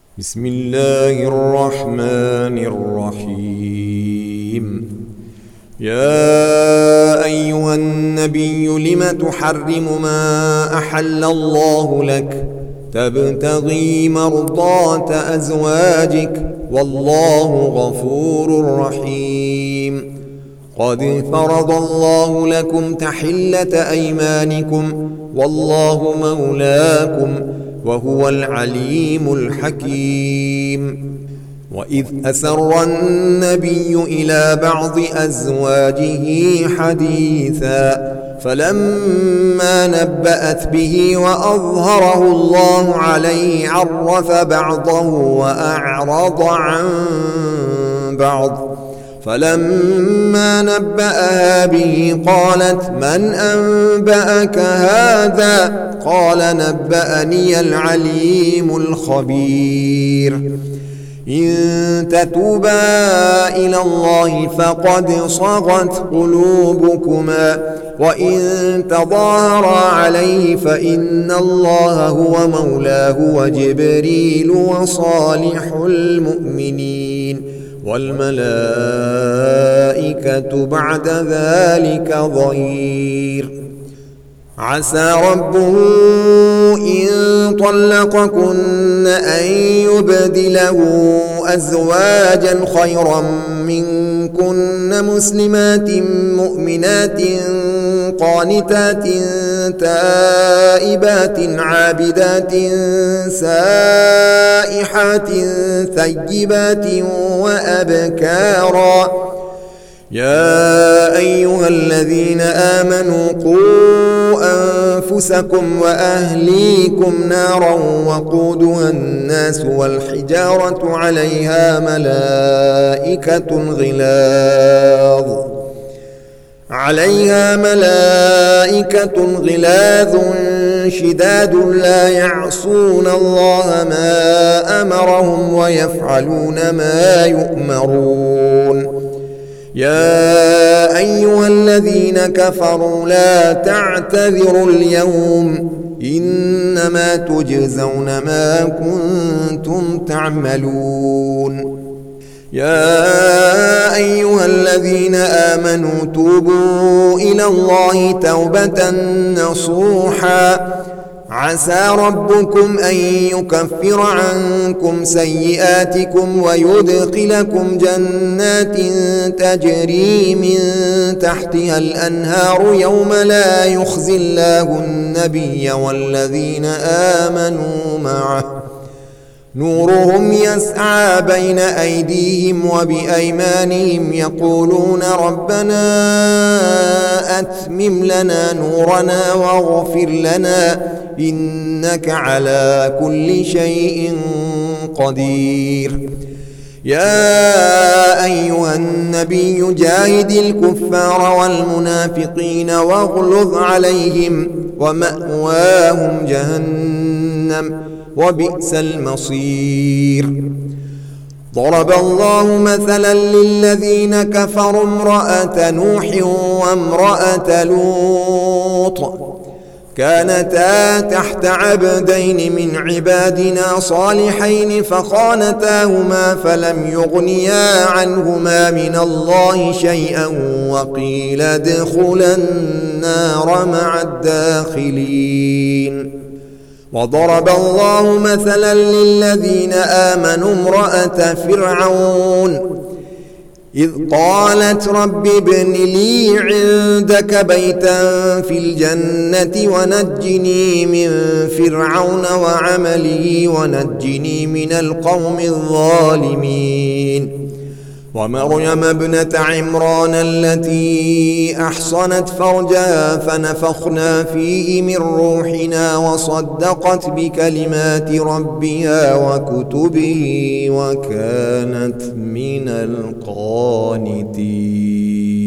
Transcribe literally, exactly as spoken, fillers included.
بسم الله الرحمن الرحيم. يا أيها النبي لم تحرم ما أحل الله لك تبتغي مرضات أزواجك والله غفور رحيم. قد فرض الله لكم تحلة أيمانكم والله مولاكم وهو العليم الحكيم. وإذ أسر النبي إلى بعض أزواجه حديثا فلما نبأت به وأظهره الله عليه عرف بعضه وأعرض عن بعض. فلما نبأها به قالت من أنبأك هذا؟ قال نبأني العليم الخبير. إن تتوبا إلى الله فقد صغت قلوبكما وإن تظاهرا عليه فإن الله هو مولاه وجبريل وصالح المؤمنين والملائكة بعد ذلك ظهير. عسى ربه إن طلقكن أن يبدله أزواجا خيرا منكن مسلمات مؤمنات قانتات تائبات عابدات سائحات ثيبات وأبكارا. يا أيها الذين آمنوا قوا أنفسكم وأهليكم نارا وقودها الناس والحجارة عليها ملائكة غلاظ عليها ملائكة غلاظ شداد لا يعصون الله ما أمرهم ويفعلون ما يؤمرون. يا أيها الذين كفروا لا تعتذروا اليوم إنما تجزون ما كنتم تعملون. يا أيها الذين آمنوا توبوا إلى الله توبة نصوحا عسى ربكم أن يكفر عنكم سيئاتكم ويدخلكم جنات تجري من تحتها الأنهار يوم لا يخزي الله النبي والذين آمنوا معه نورهم يسعى بين أيديهم وبأيمانهم يقولون ربنا أتمم لنا نورنا واغفر لنا إنك على كل شيء قدير. يا أيها النبي جاهد الكفار والمنافقين واغلظ عليهم ومأواهم جهنم وبئس المصير. ضرب الله مثلا للذين كفروا امرأة نوح وامرأة لوط كانتا تحت عبدين من عبادنا صالحين فخانتاهما فلم يغنيا عنهما من الله شيئا وقيل ادخلا النار مع الداخلين. وضرب الله مثلا للذين آمنوا امرأة فرعون إذ قالت رب ابن لي عندك بيتا في الجنة ونجني من فرعون وعمله ونجني من القوم الظالمين. ومريم ابنة عمران التي أحصنت فرجها فنفخنا فيه من روحنا وصدقت بكلمات ربها وكتبه وكانت من القانتين.